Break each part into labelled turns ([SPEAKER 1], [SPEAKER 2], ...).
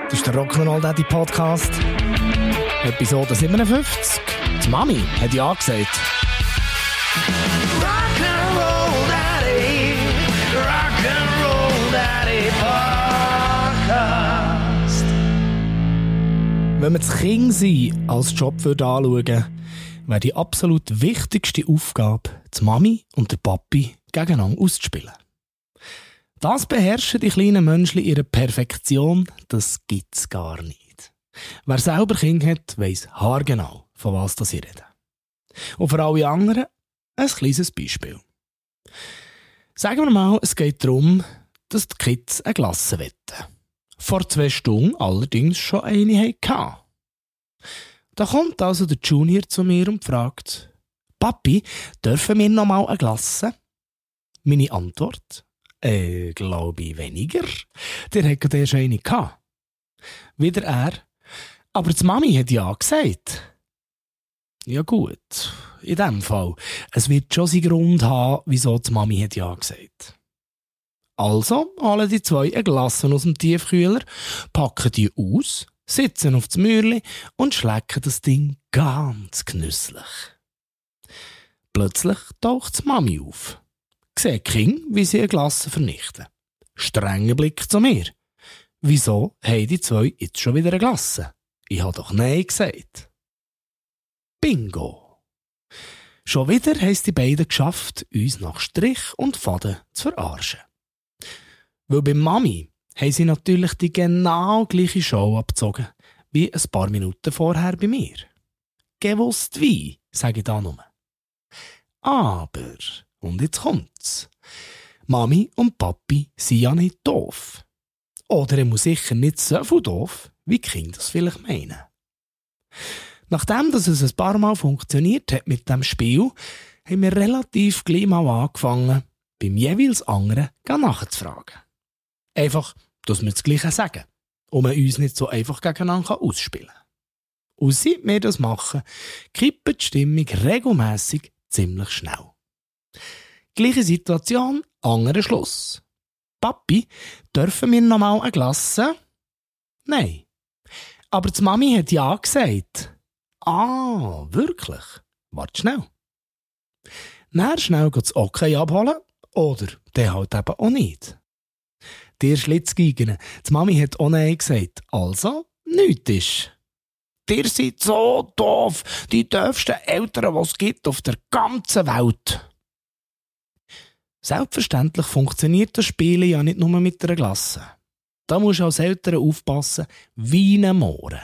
[SPEAKER 1] Das ist der Rock'n'Roll Daddy Podcast. Episode 57. Die Mami hat ja gesagt. Rock'n'Roll Daddy, Rock'n'Roll Daddy Podcast. Wenn man das Kindsein als Job anschauen würde, wäre die absolut wichtigste Aufgabe, die Mami und der Papi gegeneinander auszuspielen. Das beherrschen die kleinen Menschen in ihrer Perfektion, das gibt's gar nicht. Wer selber Kinder hat, weiss haargenau, von was ich rede. Und für alle anderen ein kleines Beispiel. Sagen wir mal, es geht darum, dass die Kids eine Glasse wetten. Vor 2 Stunden allerdings schon eine hatten. Da kommt also der Junior zu mir und fragt: «Papi, dürfen wir noch mal eine Glasse?» Meine Antwort: glaube ich weniger. Der hat gerade erst eine gehabt. Wieder er: «Aber die Mami hat ja gesagt.» Ja gut, in dem Fall. Es wird schon seinen Grund haben, wieso die Mami hat ja gesagt. Also holen die 2 eine Glasse aus dem Tiefkühler, packen die aus, sitzen auf das Mäuerchen und schlecken das Ding ganz genüsslich. Plötzlich taucht die Mami auf. Sieht King, wie sie eine Glasse vernichten. Strenger Blick zu mir. Wieso haben die 2 jetzt schon wieder eine Glasse? Ich habe doch Nein gesagt. Bingo! Schon wieder haben es die beiden geschafft, uns nach Strich und Faden zu verarschen. Weil bei Mami haben sie natürlich die genau gleiche Show abgezogen, wie ein paar Minuten vorher bei mir. Gewusst wie, sage ich da nur. Aber, und jetzt kommt's. Mami und Papi sind ja nicht doof. Oder er muss sicher nicht so viel doof, wie die Kinder das vielleicht meinen. Nachdem dass es ein paar Mal funktioniert hat mit dem Spiel, haben wir relativ gleich mal angefangen, beim jeweils anderen nachzufragen. Einfach, dass wir das Gleiche sagen, und man uns nicht so einfach gegeneinander ausspielen kann. Und seit wir das machen, kippt die Stimmung regelmässig ziemlich schnell. Gleiche Situation, anderer Schluss. Papi, dürfen wir noch mal eine Glasse? Nein. Aber die Mami hat ja gesagt. Ah, wirklich? Warte schnell. Dann schnell das Okay abholen, oder der halt eben auch nicht. Der Schlitzgeigen, die Mami hat auch Nein gesagt, also nichts ist. Ihr seid so doof, die doofsten Eltern, die es gibt auf der ganzen Welt. Selbstverständlich funktioniert das Spiel ja nicht nur mit einer Glasse. Da musst du als Eltern aufpassen, wie ein Mohren.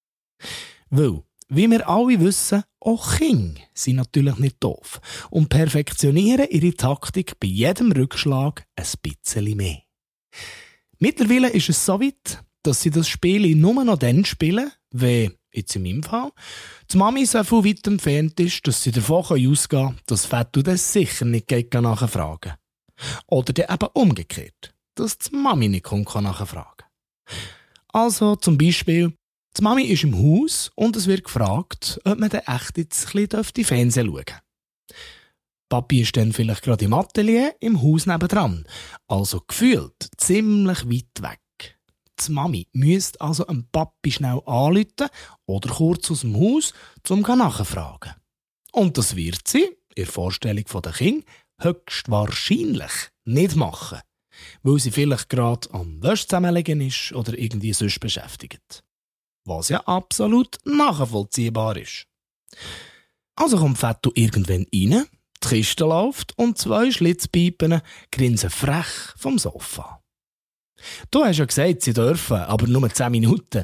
[SPEAKER 1] Weil, wie wir alle wissen, auch Kinder sind natürlich nicht doof und perfektionieren ihre Taktik bei jedem Rückschlag ein bisschen mehr. Mittlerweile ist es so weit, dass sie das Spiel nur noch dann spielen, wenn, jetzt in meinem Fall, die Mami so viel weit entfernt ist, dass sie davon ausgehen kann, dass Fettu das sicher nicht nachfragen kann. Oder dann eben umgekehrt, dass die Mami nicht nachfragen kann. Also zum Beispiel, die Mami ist im Haus und es wird gefragt, ob man dann echt jetzt ein bisschen Fernsehen schauen dürfte. Papi ist dann vielleicht gerade im Atelier im Haus nebendran, also gefühlt ziemlich weit weg. Die Mami müsste also dem Papi schnell anrufen oder kurz aus dem Haus, um nachzufragen. Und das wird sie, in der Vorstellung der Kinder, höchstwahrscheinlich nicht machen, weil sie vielleicht gerade am Wäsche zusammenlegen ist oder irgendwie sonst beschäftigt. Was ja absolut nachvollziehbar ist. Also kommt Fettu irgendwann rein, die Kiste läuft und 2 Schlitzpiepen grinsen frech vom Sofa. Du hast ja gesagt, sie dürfen, aber nur 10 Minuten.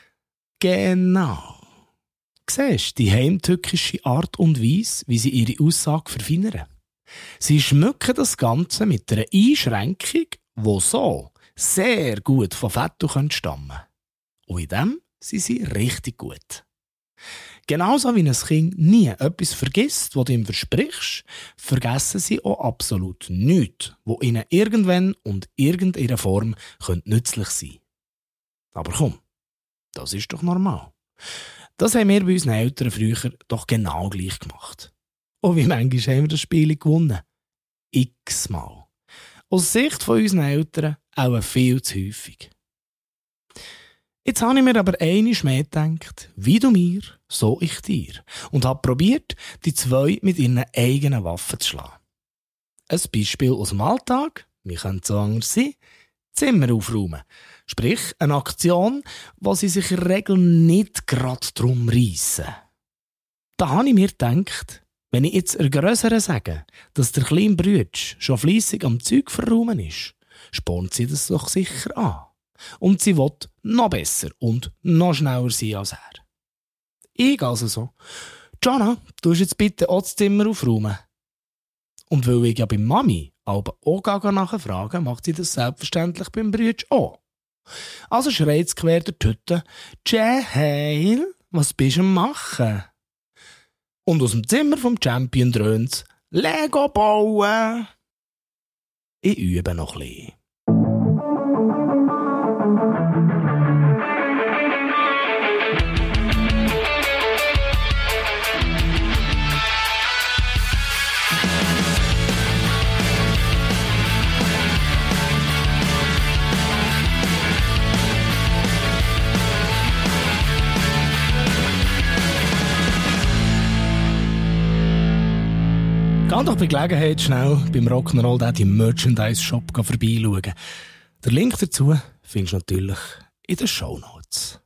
[SPEAKER 1] Genau. Siehst du die heimtückische Art und Weise, wie sie ihre Aussage verfeinern? Sie schmücken das Ganze mit einer Einschränkung, die so sehr gut von Fettu stammen könnte. Und in dem sind sie richtig gut. Genauso wie ein Kind nie etwas vergisst, was du ihm versprichst, vergessen sie auch absolut nichts, was ihnen irgendwann und irgendeiner Form nützlich sein könnte. Aber komm, das ist doch normal. Das haben wir bei unseren Eltern früher doch genau gleich gemacht. Und wie manchmal haben wir das Spiel gewonnen? X-mal. Aus Sicht von unseren Eltern auch viel zu häufig. Jetzt habe ich mir aber einmal mehr gedacht, wie du mir, so ich dir. Und habe probiert, die zwei mit ihren eigenen Waffen zu schlagen. Ein Beispiel aus dem Alltag, wie könnte es so anders sein, Zimmer aufräumen. Sprich, eine Aktion, wo sie sich in der Regel nicht gerade drum reissen. Da habe ich mir gedacht, wenn ich jetzt einer Grösseren sage, dass der kleine Brütsch schon fleissig am Zeug verräumen ist, spornt sie das doch sicher an. Und sie will noch besser und noch schneller sein als er. Ich also so: Jana, du musst jetzt bitte auch das Zimmer aufräumen. Und weil ich ja bei Mami aber auch nachfragen, macht sie das selbstverständlich beim Brütsch auch. Also schreit es quer durch die Hütte: Jaheil, was bist du am machen? Und aus dem Zimmer vom Champion dröhnt's: Lego bauen! Ich übe noch ein bisschen. Geh doch bei Gelegenheit schnell beim Rock'n'Roll Daddy Merchandise Shop vorbeischauen. Den Link dazu findest du natürlich in den Shownotes.